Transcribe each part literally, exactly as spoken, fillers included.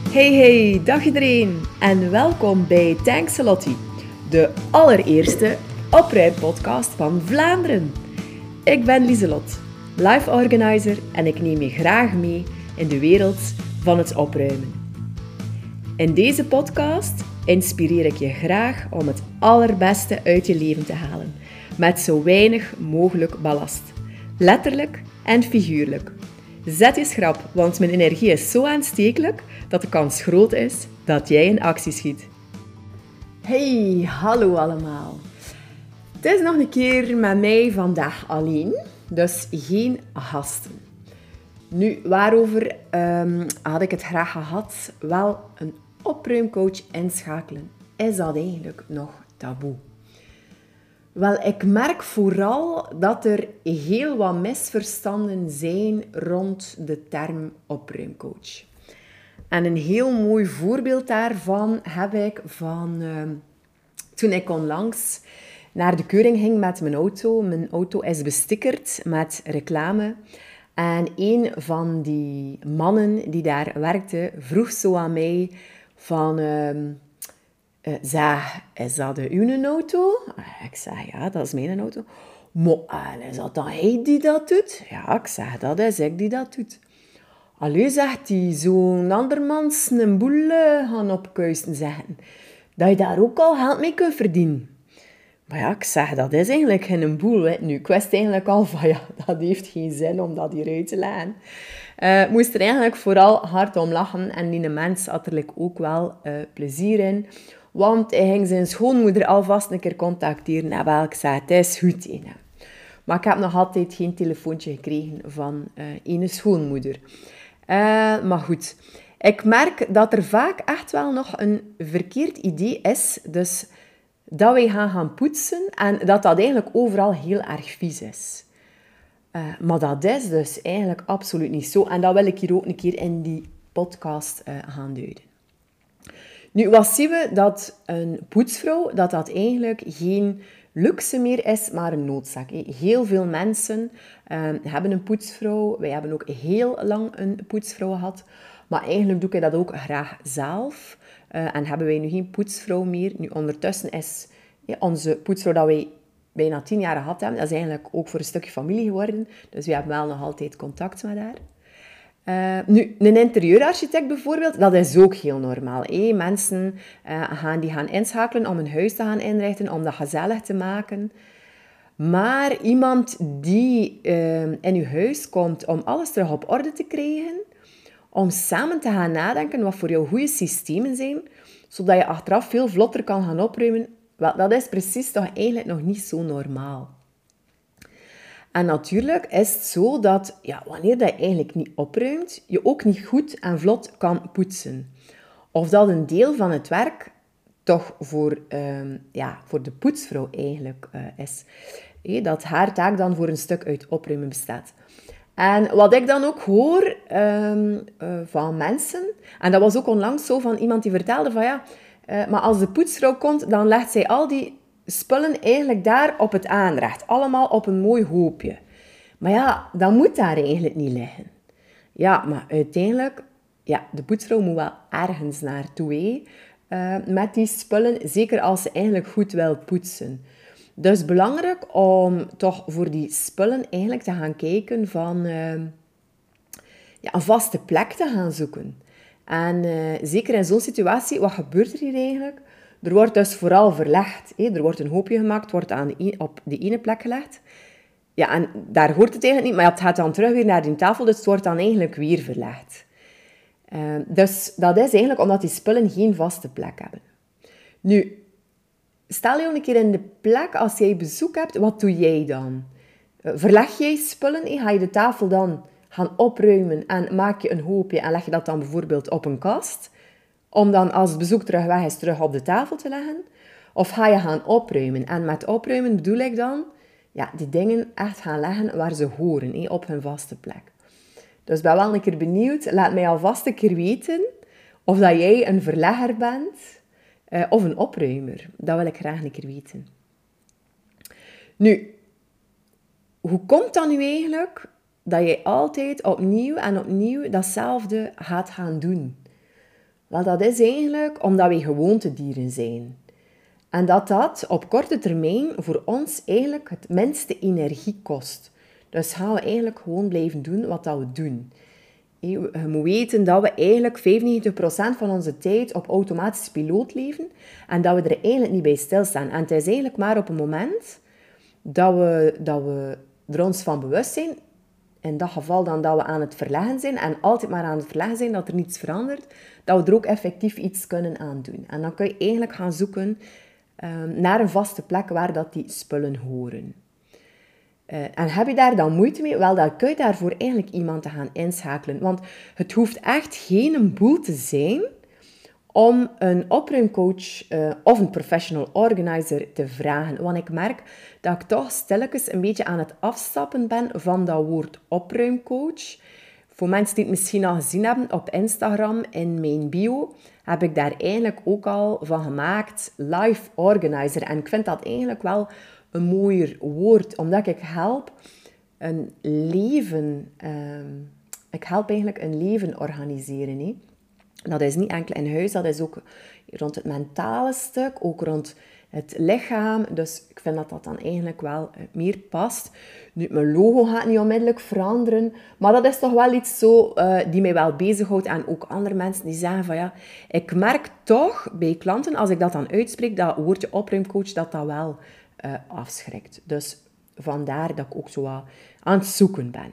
Hey hey, dag iedereen en welkom bij Thanks a Lottie, de allereerste opruimpodcast van Vlaanderen. Ik ben Lieselot, life organizer en ik neem je graag mee in de wereld van het opruimen. In deze podcast inspireer ik je graag om het allerbeste uit je leven te halen, met zo weinig mogelijk ballast, letterlijk en figuurlijk. Zet je schrap, want mijn energie is zo aanstekelijk dat de kans groot is dat jij in actie schiet. Hey, hallo allemaal. Het is nog een keer met mij vandaag alleen, dus geen gasten. Nu, waarover um, had ik het graag gehad? Wel, een opruimcoach inschakelen. Is dat eigenlijk nog taboe? Wel, ik merk vooral dat er heel wat misverstanden zijn rond de term opruimcoach. En een heel mooi voorbeeld daarvan heb ik van uh, toen ik onlangs naar de keuring ging met mijn auto. Mijn auto is bestickerd met reclame. En een van die mannen die daar werkte vroeg zo aan mij van... Uh, Uh, zeg, is dat uw auto? Ik zeg, ja, dat is mijn auto. Maar is dat dan hij die dat doet? Ja, ik zeg, dat is ik die dat doet. Allee, zegt hij, zo'n andermans een boel uh, gaan opkuisen zeggen. Dat je daar ook al geld mee kunt verdienen. Maar ja, ik zeg, dat is eigenlijk geen boel. Hè. Nu, ik wist eigenlijk al van, ja, dat heeft geen zin om dat hier uit te leggen. Uh, ik moest er eigenlijk vooral hard om lachen. En die mens had er ook wel uh, plezier in. Want hij ging zijn schoonmoeder alvast een keer contacteren. En wel, ik zei, het is goed. Hè. Maar ik heb nog altijd geen telefoontje gekregen van uh, een schoonmoeder. Uh, maar goed, ik merk dat er vaak echt wel nog een verkeerd idee is. Dus dat wij gaan gaan poetsen en dat dat eigenlijk overal heel erg vies is. Uh, maar dat is dus eigenlijk absoluut niet zo. En dat wil ik hier ook een keer in die podcast uh, gaan duiden. Nu, wat zien we? Dat een poetsvrouw, dat dat eigenlijk geen luxe meer is, maar een noodzaak. Heel veel mensen uh, hebben een poetsvrouw. Wij hebben ook heel lang een poetsvrouw gehad. Maar eigenlijk doe ik dat ook graag zelf. Uh, en hebben wij nu geen poetsvrouw meer. Nu, ondertussen is ja, onze poetsvrouw dat wij bijna tien jaar gehad hebben, dat is eigenlijk ook voor een stukje familie geworden. Dus we hebben wel nog altijd contact met haar. Uh, nu, een interieurarchitect bijvoorbeeld, dat is ook heel normaal. Hè? Mensen uh, gaan, die gaan inschakelen om een huis te gaan inrichten, om dat gezellig te maken. Maar iemand die uh, in uw huis komt om alles terug op orde te krijgen, om samen te gaan nadenken wat voor jou goede systemen zijn, zodat je achteraf veel vlotter kan gaan opruimen, wel, dat is precies toch eigenlijk nog niet zo normaal. En natuurlijk is het zo dat ja, wanneer je eigenlijk niet opruimt, je ook niet goed en vlot kan poetsen. Of dat een deel van het werk toch voor, um, ja, voor de poetsvrouw eigenlijk uh, is. He, dat haar taak dan voor een stuk uit opruimen bestaat. En wat ik dan ook hoor um, uh, van mensen, en dat was ook onlangs zo van iemand die vertelde van ja, uh, maar als de poetsvrouw komt, dan legt zij al die spullen eigenlijk daar op het aanrecht. Allemaal op een mooi hoopje. Maar ja, dat moet daar eigenlijk niet liggen. Ja, maar uiteindelijk, ja, de poetsvrouw moet wel ergens naartoe uh, met die spullen. Zeker als ze eigenlijk goed wil poetsen. Dus belangrijk om toch voor die spullen eigenlijk te gaan kijken van uh, ja, een vaste plek te gaan zoeken. En uh, zeker in zo'n situatie, wat gebeurt er hier eigenlijk? Er wordt dus vooral verlegd. Hè? Er wordt een hoopje gemaakt, wordt aan de, op de ene plek gelegd. Ja, en daar hoort het eigenlijk niet, maar het gaat dan terug weer naar die tafel, dus het wordt dan eigenlijk weer verlegd. Uh, dus dat is eigenlijk omdat die spullen geen vaste plek hebben. Nu, stel je een keer in de plek, als jij bezoek hebt, wat doe jij dan? Uh, verleg jij spullen? Hè? Ga je de tafel dan gaan opruimen en maak je een hoopje en leg je dat dan bijvoorbeeld op een kast? Om dan als het bezoek terug weg is, terug op de tafel te leggen? Of ga je gaan opruimen? En met opruimen bedoel ik dan ja, die dingen echt gaan leggen waar ze horen, hé, op hun vaste plek. Dus ik ben wel een keer benieuwd. Laat mij alvast een keer weten of dat jij een verlegger bent uh, of een opruimer. Dat wil ik graag een keer weten. Nu, hoe komt dat nu eigenlijk dat jij altijd opnieuw en opnieuw datzelfde gaat gaan doen? Wel, dat is eigenlijk omdat wij gewoontedieren zijn. En dat dat op korte termijn voor ons eigenlijk het minste energie kost. Dus gaan we eigenlijk gewoon blijven doen wat dat we doen. Je moet weten dat we eigenlijk vijfennegentig procent van onze tijd op automatische piloot leven en dat we er eigenlijk niet bij stilstaan. En het is eigenlijk maar op een moment dat we, dat we er ons van bewust zijn, in dat geval dan dat we aan het verleggen zijn en altijd maar aan het verleggen zijn, dat er niets verandert, dat we er ook effectief iets kunnen aan doen. En dan kun je eigenlijk gaan zoeken um, naar een vaste plek waar dat die spullen horen. Uh, en heb je daar dan moeite mee? Wel, dan kun je daarvoor eigenlijk iemand te gaan inschakelen. Want het hoeft echt geen boel te zijn om een opruimcoach uh, of een professional organizer te vragen. Want ik merk dat ik toch stilletjes een beetje aan het afstappen ben van dat woord opruimcoach. Voor mensen die het misschien al gezien hebben op Instagram, in mijn bio, heb ik daar eigenlijk ook al van gemaakt, life organizer. En ik vind dat eigenlijk wel een mooier woord, omdat ik help een leven, um, ik help eigenlijk een leven organiseren. Hè. Dat is niet enkel in huis, dat is ook rond het mentale stuk, ook rond het lichaam. Dus ik vind dat dat dan eigenlijk wel meer past. Nu, mijn logo gaat niet onmiddellijk veranderen, maar dat is toch wel iets zo uh, die mij wel bezighoudt. En ook andere mensen die zeggen van ja, ik merk toch bij klanten, als ik dat dan uitspreek, dat woordje opruimcoach, dat dat wel uh, afschrikt. Dus vandaar dat ik ook zo wat aan het zoeken ben.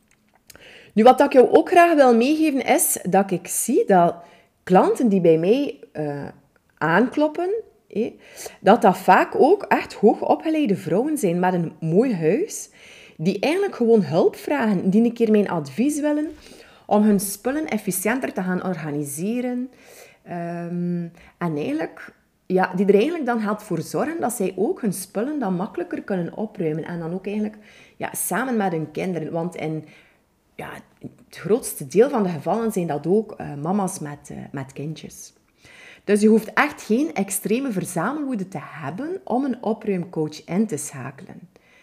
Nu, wat ik jou ook graag wil meegeven is dat ik zie dat klanten die bij mij uh, aankloppen, eh, dat dat vaak ook echt hoogopgeleide vrouwen zijn met een mooi huis, die eigenlijk gewoon hulp vragen, die een keer mijn advies willen om hun spullen efficiënter te gaan organiseren. Um, en eigenlijk, ja, die er eigenlijk dan helpt voor zorgen dat zij ook hun spullen dan makkelijker kunnen opruimen. En dan ook eigenlijk ja, samen met hun kinderen. Want in ja, het grootste deel van de gevallen zijn dat ook uh, mama's met, uh, met kindjes. Dus je hoeft echt geen extreme verzamelwoede te hebben om een opruimcoach in te schakelen.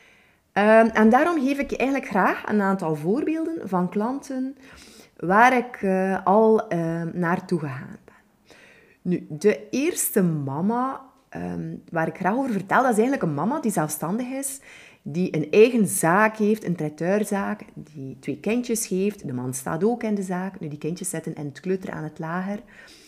Uh, en daarom geef ik je eigenlijk graag een aantal voorbeelden van klanten waar ik uh, al uh, naartoe gegaan ben. Nu, de eerste mama um, waar ik graag over vertel, dat is eigenlijk een mama die zelfstandig is, die een eigen zaak heeft, een traiteurzaak, die twee kindjes heeft. De man staat ook in de zaak. Nu, die kindjes zitten in het kleuter aan het lager.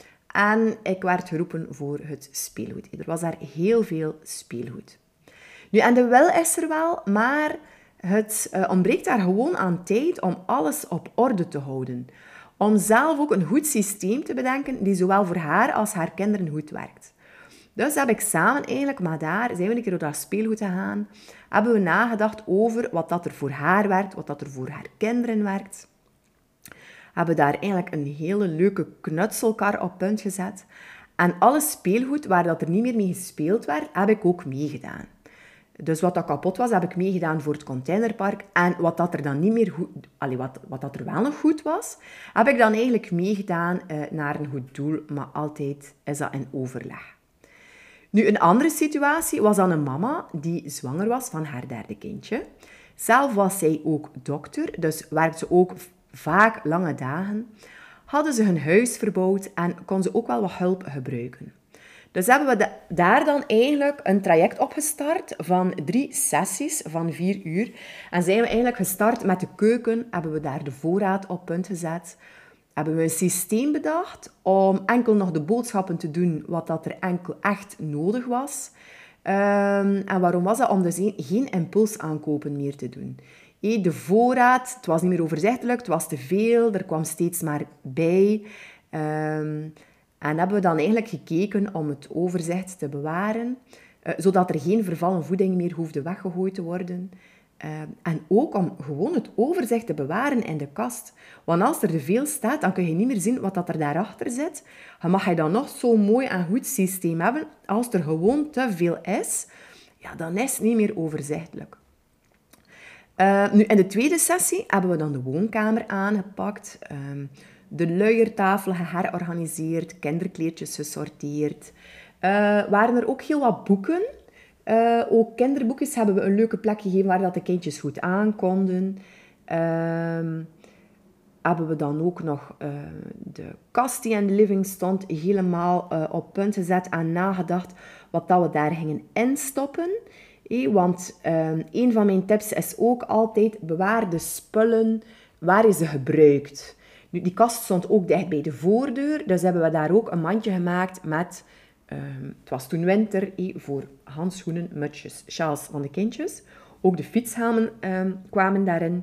En ik werd geroepen voor het speelgoed. Er was daar heel veel speelgoed. Nu, en de wil is er wel, maar het uh, ontbreekt daar gewoon aan tijd om alles op orde te houden. Om zelf ook een goed systeem te bedenken die zowel voor haar als haar kinderen goed werkt. Dus heb ik samen eigenlijk, maar daar zijn we een keer door dat speelgoed gegaan, hebben we nagedacht over wat dat er voor haar werkt, wat dat er voor haar kinderen werkt. Hebben daar eigenlijk een hele leuke knutselkar op punt gezet. En alle speelgoed waar dat er niet meer mee gespeeld werd, heb ik ook meegedaan. Dus wat dat kapot was, heb ik meegedaan voor het containerpark. En wat dat er dan niet meer goed... Allee, wat, wat dat er wel nog goed was, heb ik dan eigenlijk meegedaan uh, naar een goed doel. Maar altijd is dat in overleg. Nu, een andere situatie was dan een mama die zwanger was van haar derde kindje. Zelf was zij ook dokter, dus werkte ze ook vaak lange dagen. Hadden ze hun huis verbouwd en kon ze ook wel wat hulp gebruiken. Dus hebben we de, daar dan eigenlijk een traject opgestart van drie sessies van vier uur. En zijn we eigenlijk gestart met de keuken, hebben we daar de voorraad op punt gezet. Hebben we een systeem bedacht om enkel nog de boodschappen te doen wat dat er enkel echt nodig was. Um, en waarom was dat? Om dus geen impulsaankopen meer te doen. E, de voorraad, het was niet meer overzichtelijk, het was te veel, er kwam steeds maar bij. Um, en hebben we dan eigenlijk gekeken om het overzicht te bewaren, uh, zodat er geen vervallen voeding meer hoefde weggegooid te worden. Uh, en ook om gewoon het overzicht te bewaren in de kast. Want als er te veel staat, dan kun je niet meer zien wat dat er daarachter zit. Dan mag je dan nog zo'n mooi en goed systeem hebben. Als er gewoon te veel is, ja, dan is het niet meer overzichtelijk. Uh, nu, in de tweede sessie hebben we dan de woonkamer aangepakt. Um, de luiertafel geherorganiseerd, kinderkleedjes gesorteerd. Uh, waren er ook heel wat boeken. Uh, ook kinderboekjes hebben we een leuke plek gegeven waar dat de kindjes goed aan konden. Uh, hebben we dan ook nog uh, de kast die in de living stond helemaal uh, op punt gezet en nagedacht wat dat we daar gingen instoppen. Eh, want uh, een van mijn tips is ook altijd bewaar de spullen waar je ze gebruikt. Nu, die kast stond ook dicht bij de voordeur, dus hebben we daar ook een mandje gemaakt met, uh, het was toen winter, eh, voor handschoenen, mutsjes, sjaals van de kindjes. Ook de fietshelmen uh, kwamen daarin.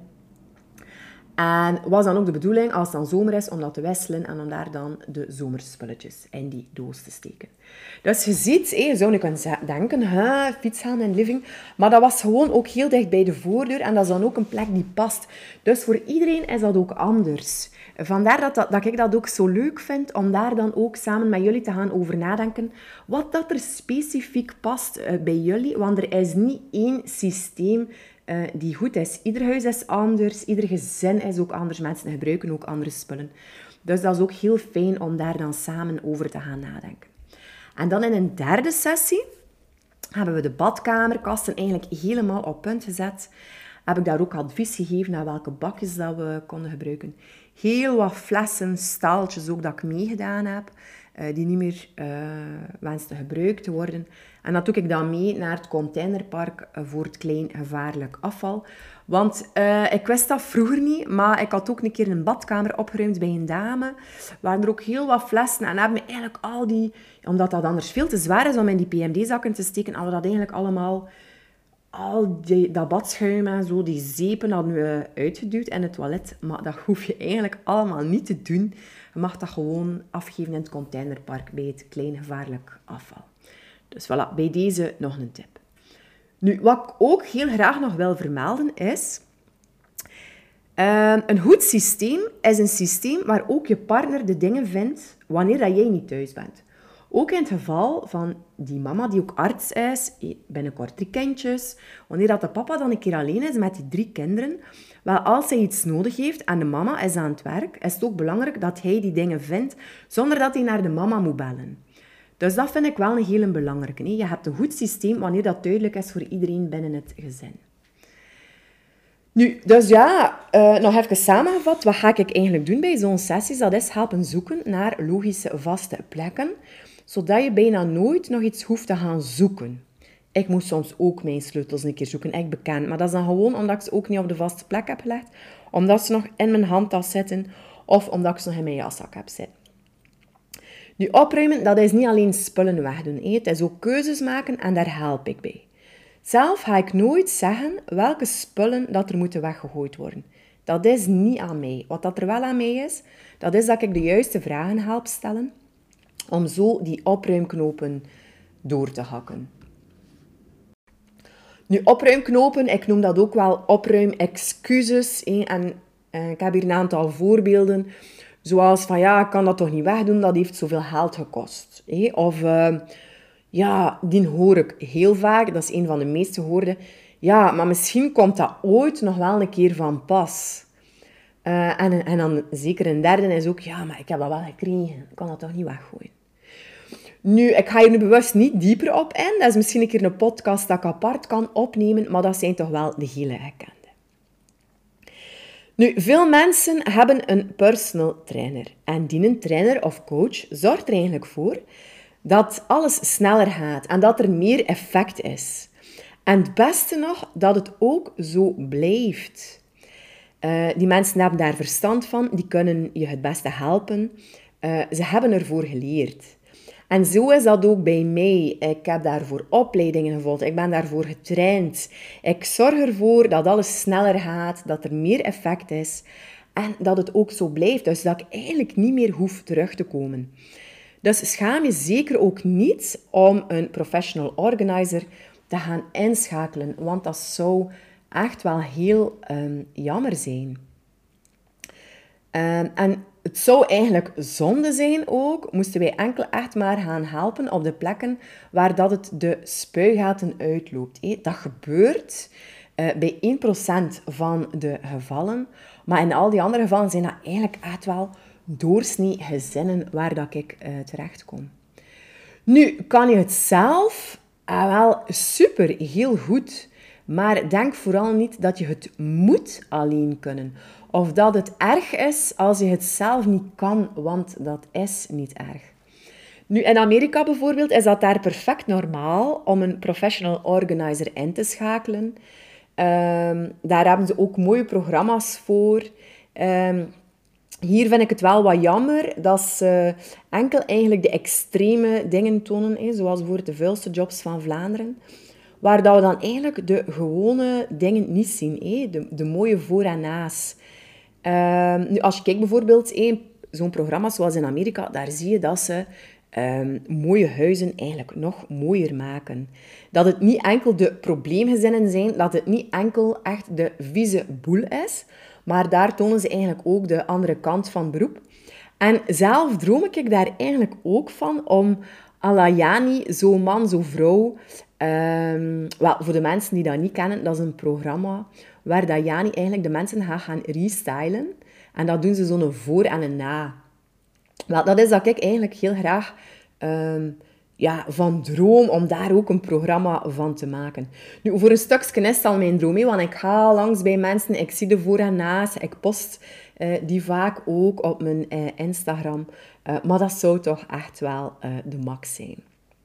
En was dan ook de bedoeling, als het dan zomer is, om dat te wisselen en om daar dan de zomerspulletjes in die doos te steken. Dus je ziet, je zou nu kunnen denken, huh, fietshelm en living, maar dat was gewoon ook heel dicht bij de voordeur en dat is dan ook een plek die past. Dus voor iedereen is dat ook anders. Vandaar dat, dat, dat ik dat ook zo leuk vind, om daar dan ook samen met jullie te gaan over nadenken, wat dat er specifiek past uh, bij jullie, want er is niet één systeem Uh, die goed is. Ieder huis is anders, ieder gezin is ook anders, mensen gebruiken ook andere spullen. Dus dat is ook heel fijn om daar dan samen over te gaan nadenken. En dan in een derde sessie hebben we de badkamerkasten eigenlijk helemaal op punt gezet. Heb ik daar ook advies gegeven naar welke bakjes dat we konden gebruiken. Heel wat flessen, staaltjes ook dat ik meegedaan heb, uh, die niet meer uh, wensten gebruikt te worden. En dat doe ik dan mee naar het containerpark voor het klein gevaarlijk afval. Want uh, ik wist dat vroeger niet, maar ik had ook een keer een badkamer opgeruimd bij een dame. Er waren er ook heel wat flessen en hebben we eigenlijk al die... Omdat dat anders veel te zwaar is om in die P M D-zakken te steken, hadden we dat eigenlijk allemaal... Al die, dat badschuim en zo, die zeepen hadden we uitgeduwd in het toilet. Maar dat hoef je eigenlijk allemaal niet te doen. Je mag dat gewoon afgeven in het containerpark bij het klein gevaarlijk afval. Dus voilà, bij deze nog een tip. Nu, wat ik ook heel graag nog wil vermelden is... Uh, een goed systeem is een systeem waar ook je partner de dingen vindt wanneer dat jij niet thuis bent. Ook in het geval van die mama die ook arts is, binnenkort drie kindjes. Wanneer dat de papa dan een keer alleen is met die drie kinderen, wel, als hij iets nodig heeft en de mama is aan het werk, is het ook belangrijk dat hij die dingen vindt zonder dat hij naar de mama moet bellen. Dus dat vind ik wel een hele belangrijke. Hè? Je hebt een goed systeem wanneer dat duidelijk is voor iedereen binnen het gezin. Nu, dus ja, uh, nog even samengevat, wat ga ik eigenlijk doen bij zo'n sessies? Dat is helpen zoeken naar logische vaste plekken, zodat je bijna nooit nog iets hoeft te gaan zoeken. Ik moest soms ook mijn sleutels een keer zoeken, ik beken. Maar dat is dan gewoon omdat ik ze ook niet op de vaste plek heb gelegd, omdat ze nog in mijn handtas zitten, of omdat ik ze nog in mijn jaszak heb zitten. Nu, opruimen, dat is niet alleen spullen wegdoen. Hè. Het is ook keuzes maken en daar help ik bij. Zelf ga ik nooit zeggen welke spullen dat er moeten weggegooid worden. Dat is niet aan mij. Wat dat er wel aan mij is, dat is dat ik de juiste vragen help stellen om zo die opruimknopen door te hakken. Nu, opruimknopen, ik noem dat ook wel opruimexcuses. En eh, ik heb hier een aantal voorbeelden. Zoals van, ja, ik kan dat toch niet wegdoen, dat heeft zoveel geld gekost. Hè? Of, uh, ja, die hoor ik heel vaak, dat is een van de meest gehoorde. Ja, maar misschien komt dat ooit nog wel een keer van pas. Uh, en, en dan zeker een derde is ook, ja, maar ik heb dat wel gekregen, ik kan dat toch niet weggooien. Nu, ik ga hier nu bewust niet dieper op in. Dat is misschien een keer een podcast dat ik apart kan opnemen, maar dat zijn toch wel de hele gekende. Nu, veel mensen hebben een personal trainer. En die trainer of coach zorgt er eigenlijk voor dat alles sneller gaat en dat er meer effect is. En het beste nog, dat het ook zo blijft. Uh, die mensen hebben daar verstand van, die kunnen je het beste helpen. Uh, ze hebben ervoor geleerd. En zo is dat ook bij mij. Ik heb daarvoor opleidingen gevolgd. Ik ben daarvoor getraind. Ik zorg ervoor dat alles sneller gaat, dat er meer effect is en dat het ook zo blijft. Dus dat ik eigenlijk niet meer hoef terug te komen. Dus schaam je zeker ook niet om een professional organizer te gaan inschakelen, want dat zou echt wel heel um, jammer zijn. Um, en het zou eigenlijk zonde zijn ook, moesten wij enkel echt maar gaan helpen op de plekken waar dat het de spuigaten uitloopt. Dat gebeurt uh, bij één procent van de gevallen, maar in al die andere gevallen zijn dat eigenlijk echt wel doorsnee gezinnen waar dat ik uh, terecht kom. Nu, kan je het zelf uh, wel super, heel goed, maar denk vooral niet dat je het moet alleen kunnen. of dat het erg is als je het zelf niet kan, want dat is niet erg. Nu, in Amerika bijvoorbeeld is dat daar perfect normaal om een professional organizer in te schakelen. Um, daar hebben ze ook mooie programma's voor. Um, hier vind ik het wel wat jammer dat ze enkel eigenlijk de extreme dingen tonen, hè, zoals bijvoorbeeld de vuilste jobs van Vlaanderen, waar dat we dan eigenlijk de gewone dingen niet zien, hè, de, de mooie voor en na's. Um, nu, als je kijkt bijvoorbeeld, hè, zo'n programma zoals in Amerika, daar zie je dat ze Um, mooie huizen eigenlijk nog mooier maken. Dat het niet enkel de probleemgezinnen zijn, dat het niet enkel echt de vieze boel is, maar daar tonen ze eigenlijk ook de andere kant van beroep. En zelf droom ik daar eigenlijk ook van om à la Jani, zo man, zo vrouw. Um, well, voor de mensen die dat niet kennen, dat is een programma waar dat Jani eigenlijk de mensen gaat gaan restylen. En dat doen ze zo'n voor en een na. Wel, dat is dat ik eigenlijk heel graag um, ja, van droom om daar ook een programma van te maken. Nu, voor een stukje is het al mijn droom, he, want ik ga langs bij mensen, ik zie de voor en na's, ik post uh, die vaak ook op mijn uh, Instagram. Uh, maar dat zou toch echt wel uh, de max zijn.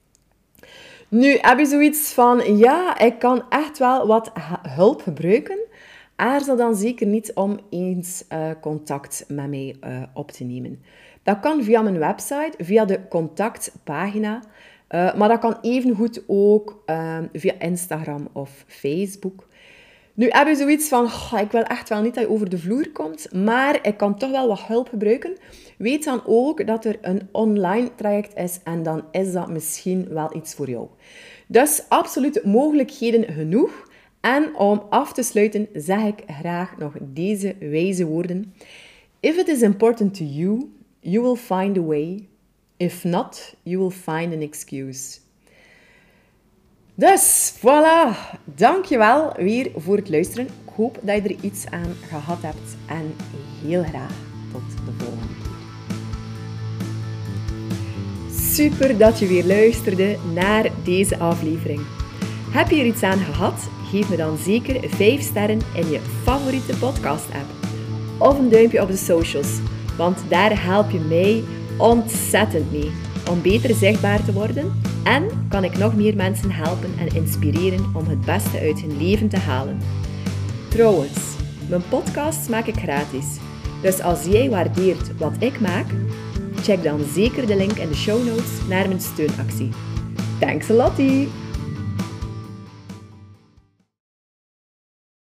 Nu, heb je zoiets van, ja, ik kan echt wel wat hulp gebruiken. Aarzel dan zeker niet om eens uh, contact met mij uh, op te nemen. Dat kan via mijn website, via de contactpagina. Uh, maar dat kan evengoed ook uh, via Instagram of Facebook. Nu heb je zoiets van, oh, ik wil echt wel niet dat je over de vloer komt, maar ik kan toch wel wat hulp gebruiken. Weet dan ook dat er een online traject is en dan is dat misschien wel iets voor jou. Dus absoluut mogelijkheden genoeg. En om af te sluiten zeg ik graag nog deze wijze woorden. If it is important to you, you will find a way. If not, you will find an excuse. Dus, voilà. Dankjewel weer voor het luisteren. Ik hoop dat je er iets aan gehad hebt. En heel graag tot de volgende keer. Super dat je weer luisterde naar deze aflevering. Heb je er iets aan gehad? Geef me dan zeker vijf sterren in je favoriete podcast-app. Of een duimpje op de socials, want daar help je mij ontzettend mee om beter zichtbaar te worden en kan ik nog meer mensen helpen en inspireren om het beste uit hun leven te halen. Trouwens, mijn podcasts maak ik gratis, dus als jij waardeert wat ik maak, check dan zeker de link in de show notes naar mijn steunactie. Thanks a lot!